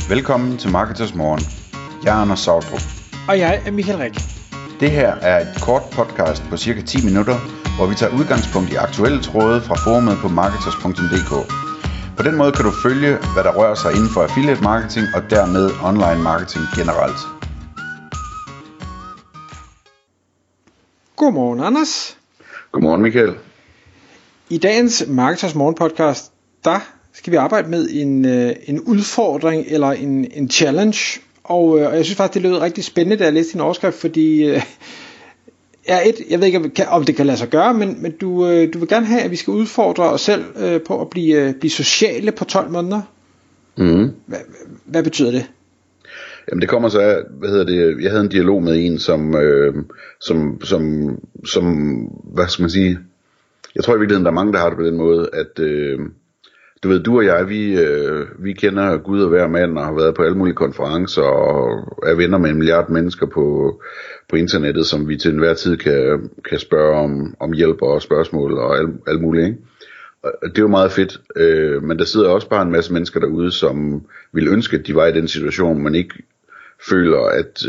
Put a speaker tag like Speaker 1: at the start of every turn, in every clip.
Speaker 1: Velkommen til Marketers Morgen. Jeg er Anders Sautrup.
Speaker 2: Og jeg er Michael Rik.
Speaker 1: Det her er et kort podcast på cirka 10 minutter, hvor vi tager udgangspunkt i aktuelle tråde fra forumet på marketers.dk. På den måde kan du følge, hvad der rører sig inden for affiliate marketing og dermed online marketing generelt.
Speaker 2: Godmorgen, Anders.
Speaker 1: Godmorgen, Michael.
Speaker 2: I dagens Marketers Morgen podcast, der skal vi arbejde med en udfordring eller en challenge. Og jeg synes faktisk, det lød rigtig spændende, da jeg læste din overskrift, fordi jeg ved ikke, om det kan lade sig gøre, men du vil gerne have, at vi skal udfordre os selv på at blive sociale på 12 måneder.
Speaker 1: Mm.
Speaker 2: Hvad betyder det?
Speaker 1: Jamen det kommer så af, jeg havde en dialog med en, som hvad skal man sige, jeg tror i virkeligheden, der er mange, der har det på den måde, at du ved, du og jeg, vi kender Gud og hver mand, og har været på alle mulige konferencer, og er venner med 1 milliard mennesker på internettet, som vi til enhver tid kan spørge om hjælp og spørgsmål og alt muligt, ikke? Og det er jo meget fedt, men der sidder også bare en masse mennesker derude, som ville ønske, at de var i den situation, man ikke føler,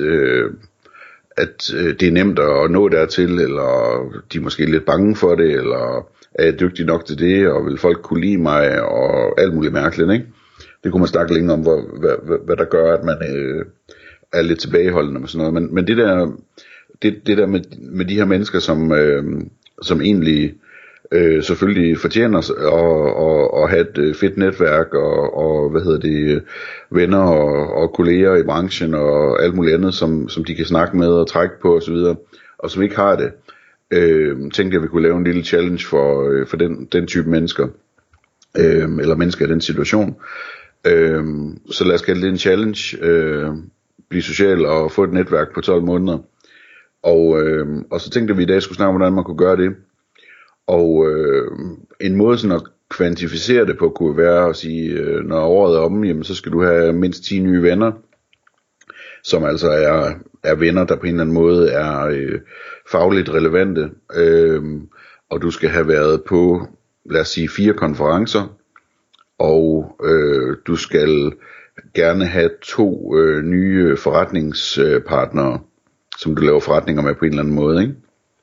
Speaker 1: at det er nemt at nå dertil, eller de er måske lidt bange for det, eller er jeg dygtig nok til det, og vil folk kunne lide mig, og alt muligt mærkeligt, ikke? Det kunne man snakke længe om, hvad der gør, at man er lidt tilbageholdende med sådan noget. Men det der med de her mennesker, som egentlig selvfølgelig fortjener at have et fedt netværk, og venner og kolleger i branchen, og alt muligt andet, som de kan snakke med og trække på osv., og som ikke har det. Tænkte jeg, at vi kunne lave en lille challenge for den type mennesker, eller mennesker i den situation. Så lad os kalde det en challenge, blive social og få et netværk på 12 måneder. Og så tænkte vi i dag skulle snakke om, hvordan man kunne gøre det. Og en måde sådan at kvantificere det på kunne være at sige, når året er omme, jamen, så skal du have mindst 10 nye venner, som altså er venner, der på en eller anden måde er fagligt relevante, og du skal have været på, lad os sige, 4 konferencer, og du skal gerne have 2 nye forretningspartnere, som du laver forretninger med på en eller anden måde, ikke?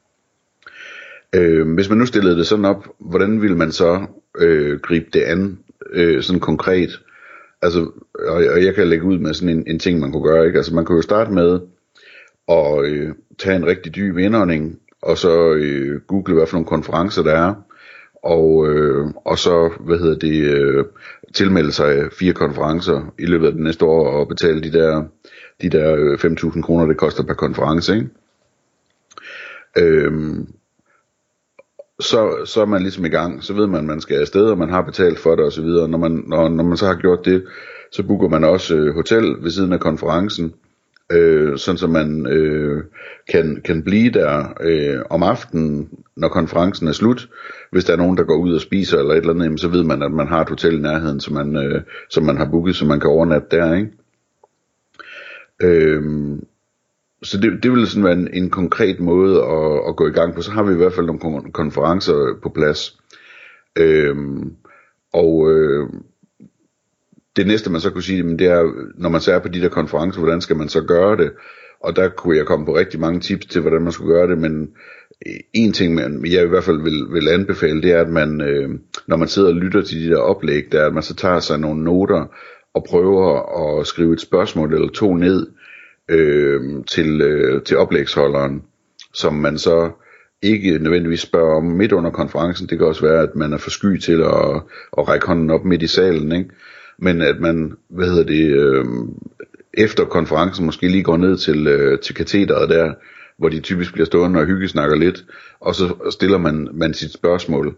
Speaker 1: Hvis man nu stillede det sådan op, hvordan ville man så gribe det an sådan konkret? Altså, og jeg kan lægge ud med sådan en ting, man kunne gøre, ikke? Altså, man kunne jo starte med at tage en rigtig dyb indånding, og så google, hvad for nogle konferencer der er, og så, tilmelde sig 4 konferencer i løbet af det næste år, og betale de der 5.000 kroner, det koster per konference, ikke? Så er man ligesom i gang, så ved man, at man skal afsted, og man har betalt for det osv. Når man så har gjort det, så booker man også hotel ved siden af konferencen, sådan så man kan blive der om aftenen, når konferencen er slut. Hvis der er nogen, der går ud og spiser eller et eller andet, så ved man, at man har et hotel i nærheden, som man har booket, så man kan overnatte der, ikke? Så det vil sådan være en konkret måde at gå i gang på. Så har vi i hvert fald nogle konferencer på plads. Det næste man så kunne sige, det er, når man så er på de der konferencer, hvordan skal man så gøre det? Og der kunne jeg komme på rigtig mange tips til, hvordan man skulle gøre det, men en ting, jeg i hvert fald vil anbefale, det er, at man, når man sidder og lytter til de der oplæg, det er, at man så tager sig nogle noter og prøver at skrive et spørgsmål eller 2 ned, til oplægsholderen, som man så ikke nødvendigvis spørger om midt under konferencen. Det kan også være, at man er for sky til at række hånden op midt i salen, ikke? Men at man, efter konferencen måske lige går ned til katedret der, hvor de typisk bliver stående og hyggesnakker lidt, og så stiller man sit spørgsmål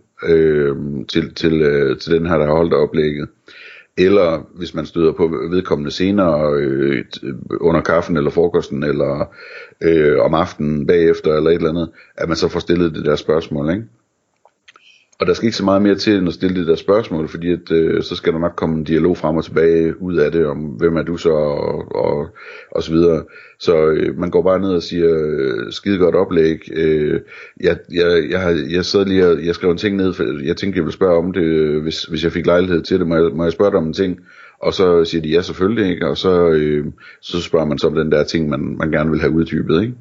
Speaker 1: til den her, der har holdt oplægget. Eller hvis man støder på vedkommende senere under kaffen eller frokosten, eller om aftenen bagefter eller et eller andet, at man så får stillet det der spørgsmål, ikke? Og der skal ikke så meget mere til end at stille det der spørgsmål, fordi at, så skal der nok komme en dialog frem og tilbage ud af det, om hvem er du så, og så videre. Så man går bare ned og siger, skide godt oplæg, jeg sad lige og jeg skrev en ting ned, for jeg tænkte jeg ville spørge om det, hvis jeg fik lejlighed til det, må jeg spørge dig om en ting, og så siger de ja selvfølgelig, ikke? Og så spørger man så om den der ting, man gerne vil have uddybet, ikke?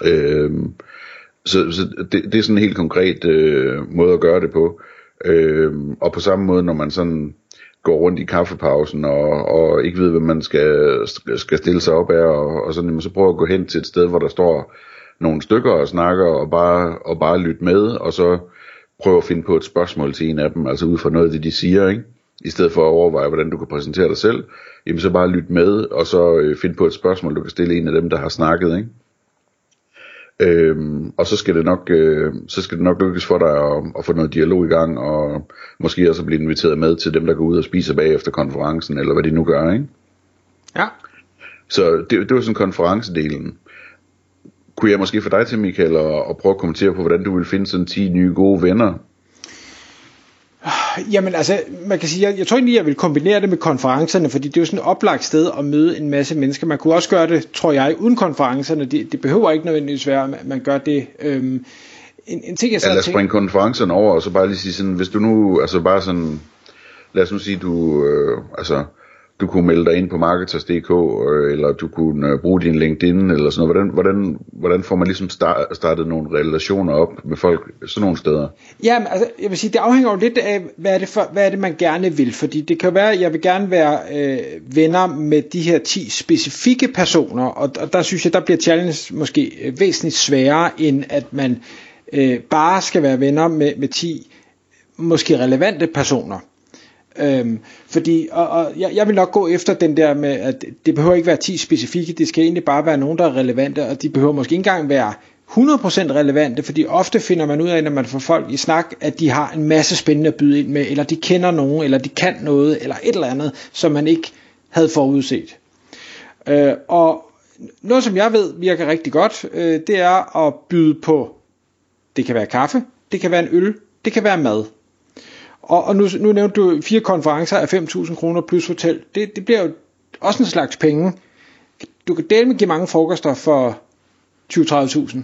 Speaker 1: Så det er sådan en helt konkret måde at gøre det på. Og på samme måde, når man sådan går rundt i kaffepausen og ikke ved, hvad man skal stille sig op af, og sådan, så prøver at gå hen til et sted, hvor der står nogle stykker og snakker, og bare lytte med, og så prøve at finde på et spørgsmål til en af dem, altså ud fra noget af det, de siger, ikke? I stedet for at overveje, hvordan du kan præsentere dig selv, jamen så bare lytte med, og så finde på et spørgsmål, du kan stille en af dem, der har snakket, ikke? Og så skal det nok lykkes for dig at få noget dialog i gang, og måske også blive inviteret med til dem, der går ud og spiser bagefter konferencen, eller hvad de nu gør, ikke?
Speaker 2: Ja.
Speaker 1: Så det var sådan konferencedelen. Kunne jeg måske få dig til, Michael, at prøve at kommentere på, hvordan du vil finde sådan 10 nye gode venner?
Speaker 2: Jamen altså, man kan sige, jeg tror egentlig, jeg vil kombinere det med konferencerne, fordi det er jo sådan et oplagt sted at møde en masse mennesker. Man kunne også gøre det, tror jeg, uden konferencerne. Det behøver ikke nødvendigvis være, at man gør det. En ting, jeg så
Speaker 1: lad os springe konferencerne over, og så bare lige sige sådan, hvis du nu, altså bare sådan, lad os nu sige, du kunne melde dig ind på Marketers.dk, eller du kunne bruge din LinkedIn, eller sådan noget. Hvordan får man ligesom startet nogle relationer op med folk sådan nogle steder?
Speaker 2: Jamen, altså, jeg vil sige, det afhænger jo lidt af, hvad er det man gerne vil. Fordi det kan være, jeg vil gerne være venner med de her 10 specifikke personer, og der synes jeg, der bliver challenge måske væsentligt sværere, end at man bare skal være venner med 10 måske relevante personer. Fordi jeg vil nok gå efter den der med, at det behøver ikke være 10 specifikke, det skal egentlig bare være nogen, der er relevante, og de behøver måske ikke engang være 100% relevante, fordi ofte finder man ud af, når man får folk i snak, at de har en masse spændende at byde ind med, eller de kender nogen, eller de kan noget, eller et eller andet, som man ikke havde forudset. Og noget, som jeg ved virker rigtig godt, det er at byde på, det kan være kaffe, det kan være en øl, det kan være mad. Og nu nævnte du 4 konferencer af 5.000 kroner plus hotel. Det bliver jo også en slags penge. Du kan dele med give mange frokoster for 20-30.000.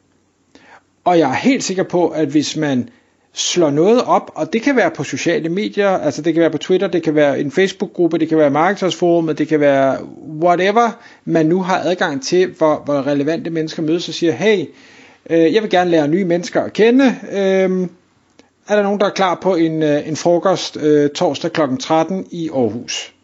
Speaker 2: Og jeg er helt sikker på, at hvis man slår noget op, og det kan være på sociale medier, altså det kan være på Twitter, det kan være en Facebook-gruppe, det kan være Marketers-forumet, det kan være whatever, man nu har adgang til, hvor relevante mennesker mødes og siger, hey, jeg vil gerne lære nye mennesker at kende. Er der nogen, der er klar på en frokost torsdag kl. 13 i Aarhus?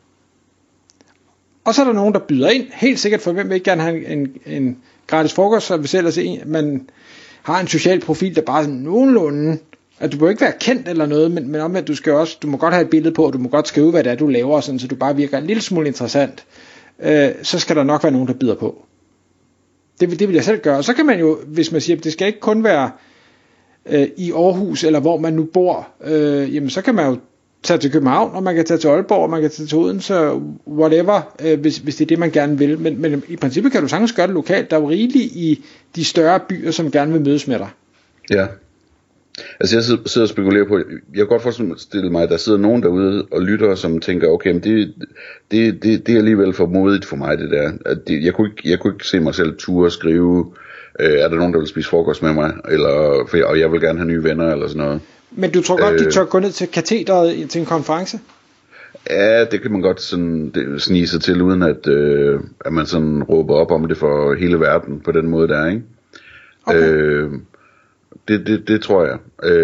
Speaker 2: Og så er der nogen, der byder ind, helt sikkert, for hvem vil ikke gerne have en gratis frokost, så hvis ellers man har en social profil, der bare er sådan nogenlunde, at du behøver ikke være kendt eller noget, men omvendt, du må godt have et billede på, og du må godt skrive, hvad det er, du laver, sådan, så du bare virker en lille smule interessant, så skal der nok være nogen, der byder på. Det vil jeg selv gøre. Og så kan man jo, hvis man siger, at det skal ikke kun være i Aarhus, eller hvor man nu bor, jamen så kan man jo tage til København, og man kan tage til Aalborg, og man kan tage til Odense, whatever, hvis det er det, man gerne vil. Men i princippet kan du sagtens gøre det lokalt. Der er jo rigeligt i de større byer, som gerne vil mødes med dig.
Speaker 1: Ja. Altså jeg sidder og spekulerer på, jeg kan godt forestille mig, at der sidder nogen derude og lytter, som tænker, okay, men det er alligevel for modigt for mig, det der. Jeg kunne ikke se mig selv ture skrive, er der nogen, der vil spise frokost med mig, og jeg vil gerne have nye venner, eller sådan noget.
Speaker 2: Men du tror godt, de tør gå ned til katedret til en konference?
Speaker 1: Ja, det kan man godt sådan snige sig til, uden at man sådan råber op om det for hele verden, på den måde der, ikke? Okay. Det tror jeg.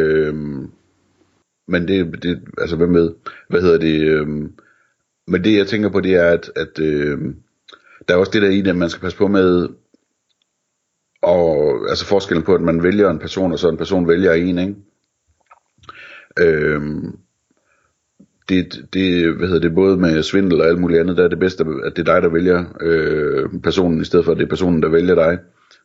Speaker 1: Men det altså hvem ved? Hvad hedder det? Men det jeg tænker på, det er at der er også det der i det, at man skal passe på med, og altså forskellen på, at man vælger en person, og så en person vælger en, ikke? Hvad hedder det, både med svindel og alt muligt andet, der er det bedste, at det er dig, der vælger personen, i stedet for at det er personen, der vælger dig.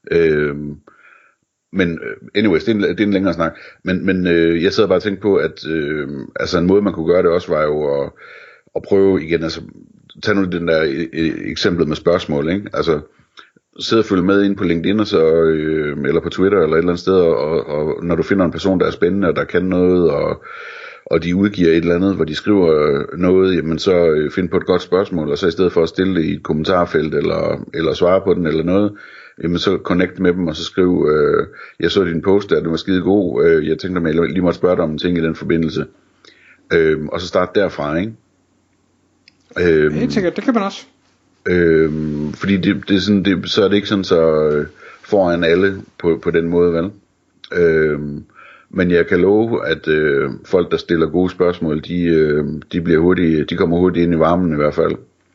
Speaker 1: Men anyways, det er en længere snak. Men jeg sad bare og tænkte på, at altså en måde man kunne gøre det også var jo at prøve igen, altså tag nu den der eksemplet med spørgsmål, ikke? Altså sidde og følge med ind på LinkedIn og så, eller på Twitter eller et eller andet sted, og når du finder en person, der er spændende og der kan noget, og de udgiver et eller andet, hvor de skriver noget, jamen så find på et godt spørgsmål, og så i stedet for at stille det i et kommentarfelt eller svare på den eller noget, jamen så connect med dem og så skriv, jeg så din post der, du var skide god, jeg tænkte mig, jeg lige måtte spørge dig om en ting i den forbindelse, og så start derfra, ikke?
Speaker 2: Helt sikkert, det kan man også.
Speaker 1: Fordi det er sådan, så er det ikke sådan så foran alle på den måde, vel? Men jeg kan love, at folk, der stiller gode spørgsmål, de bliver hurtigt, de kommer hurtigt ind i varmen i hvert fald.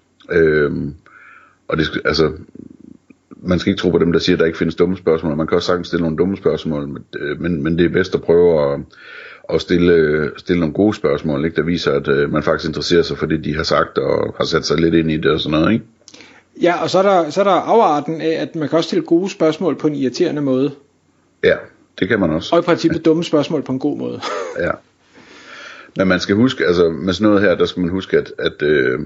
Speaker 1: Og det, altså, man skal ikke tro på dem, der siger, at der ikke findes dumme spørgsmål. Man kan også sagtens stille nogle dumme spørgsmål, men det er bedst at prøve at stille nogle gode spørgsmål, ikke? Der viser, at man faktisk interesserer sig for det, de har sagt, og har sat sig lidt ind i det og sådan noget, ikke?
Speaker 2: Ja, og så er der afarten af, at man kan også stille gode spørgsmål på en irriterende måde.
Speaker 1: Ja, det kan man også.
Speaker 2: Og i princippet dumme spørgsmål på en god måde.
Speaker 1: Ja. Men man skal huske, altså med sådan noget her, der skal man huske, at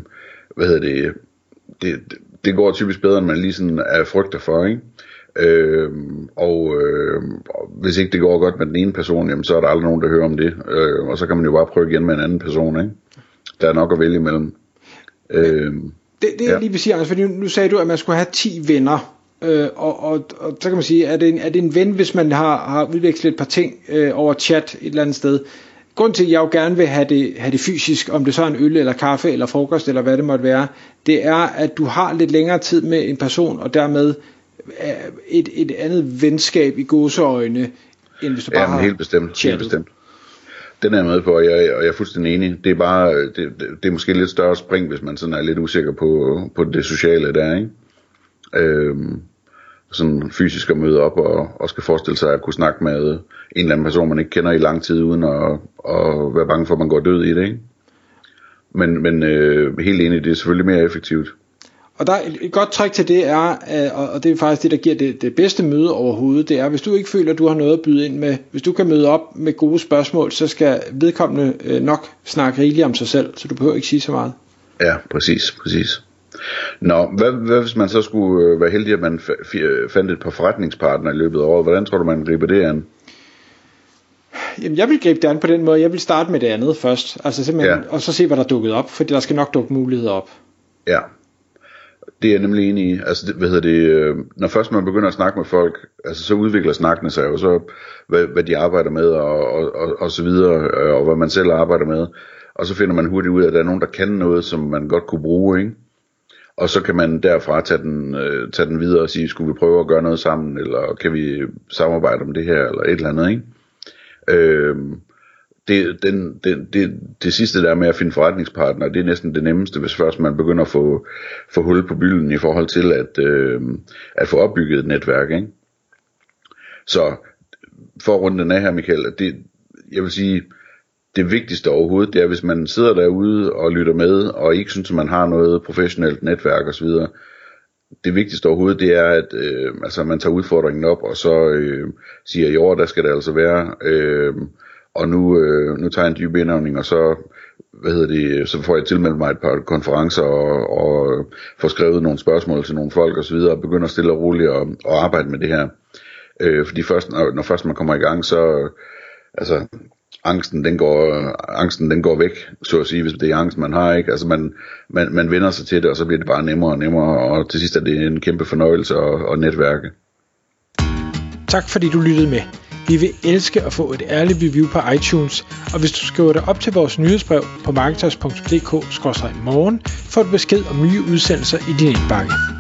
Speaker 1: det går typisk bedre, end man lige sådan er frygter for, ikke? Og hvis ikke det går godt med den ene person, jamen, så er der aldrig nogen, der hører om det. Og så kan man jo bare prøve igen med en anden person, ikke? Der er nok at vælge imellem.
Speaker 2: Det er lige præcis, fordi nu sagde du, at man skulle have 10 venner. Og så kan man sige, er det en ven, hvis man har udvekslet et par ting over chat et eller andet sted. Grunden til, at jeg jo gerne vil have det fysisk, om det så er en øl eller kaffe eller frokost eller hvad det måtte være, det er, at du har lidt længere tid med en person, og dermed et andet venskab i gåseøjne, end hvis du bare har
Speaker 1: helt bestemt. Den er jeg med på, og jeg er fuldstændig enig. Det er bare, det er måske lidt større spring, hvis man sådan er lidt usikker på det sociale der, ikke? Sådan fysisk at møde op og skal forestille sig at kunne snakke med en eller anden person, man ikke kender i lang tid, uden at være bange for, at man går død i det, ikke? Men helt enig, det er selvfølgelig mere effektivt. Og
Speaker 2: der er et godt trick til det er, og det er faktisk det, der giver det bedste møde overhovedet, det er, hvis du ikke føler, at du har noget at byde ind med, hvis du kan møde op med gode spørgsmål, så skal vedkommende nok snakke rigeligt om sig selv, så du behøver ikke sige så meget.
Speaker 1: Ja, præcis. Nå, hvad hvis man så skulle være heldig, at man fandt et par forretningspartnere i løbet af året? Hvordan tror du, man griber det an?
Speaker 2: Jamen, jeg vil gribe det an på den måde. Jeg vil starte med det andet først, altså simpelthen, og så se, hvad der er dukket op, for der skal nok dukke muligheder op. Ja,
Speaker 1: det er jeg nemlig enig i. Altså, når først man begynder at snakke med folk, altså så udvikler snakkene sig jo så, hvad de arbejder med og så videre, og hvad man selv arbejder med. Og så finder man hurtigt ud af, at der er nogen, der kan noget, som man godt kunne bruge, ikke? Og så kan man derfra tage den videre og sige, skulle vi prøve at gøre noget sammen, eller kan vi samarbejde om det her, eller et eller andet, ikke? Det sidste der med at finde forretningspartner, det er næsten det nemmeste, hvis først man begynder at få hul på bylden i forhold til at få opbygget et netværk, ikke? Så for at runde den af her, Michael, jeg vil sige, det vigtigste overhovedet, det er, hvis man sidder derude og lytter med, og ikke synes, at man har noget professionelt netværk osv., det vigtigste overhovedet, det er, at man tager udfordringen op, og så siger, i år, der skal det altså være, og nu tager jeg en dyb indånding, og så, så får jeg tilmeldt mig et par konferencer, og får skrevet nogle spørgsmål til nogle folk osv., og begynder stille og roligt at arbejde med det her. Fordi når først man kommer i gang, så, altså, angsten den går væk, så at sige, hvis det er angst man har, ikke? Altså man vender sig til det, og så bliver det bare nemmere og nemmere, og til sidst er det en kæmpe fornøjelse at netværke.
Speaker 2: Tak fordi du lyttede med. Vi vil elske at få et ærligt review på iTunes, og hvis du skriver dig op til vores nyhedsbrev på marketers.dk/morgen, får du besked om nye udsendelser i din indbakke.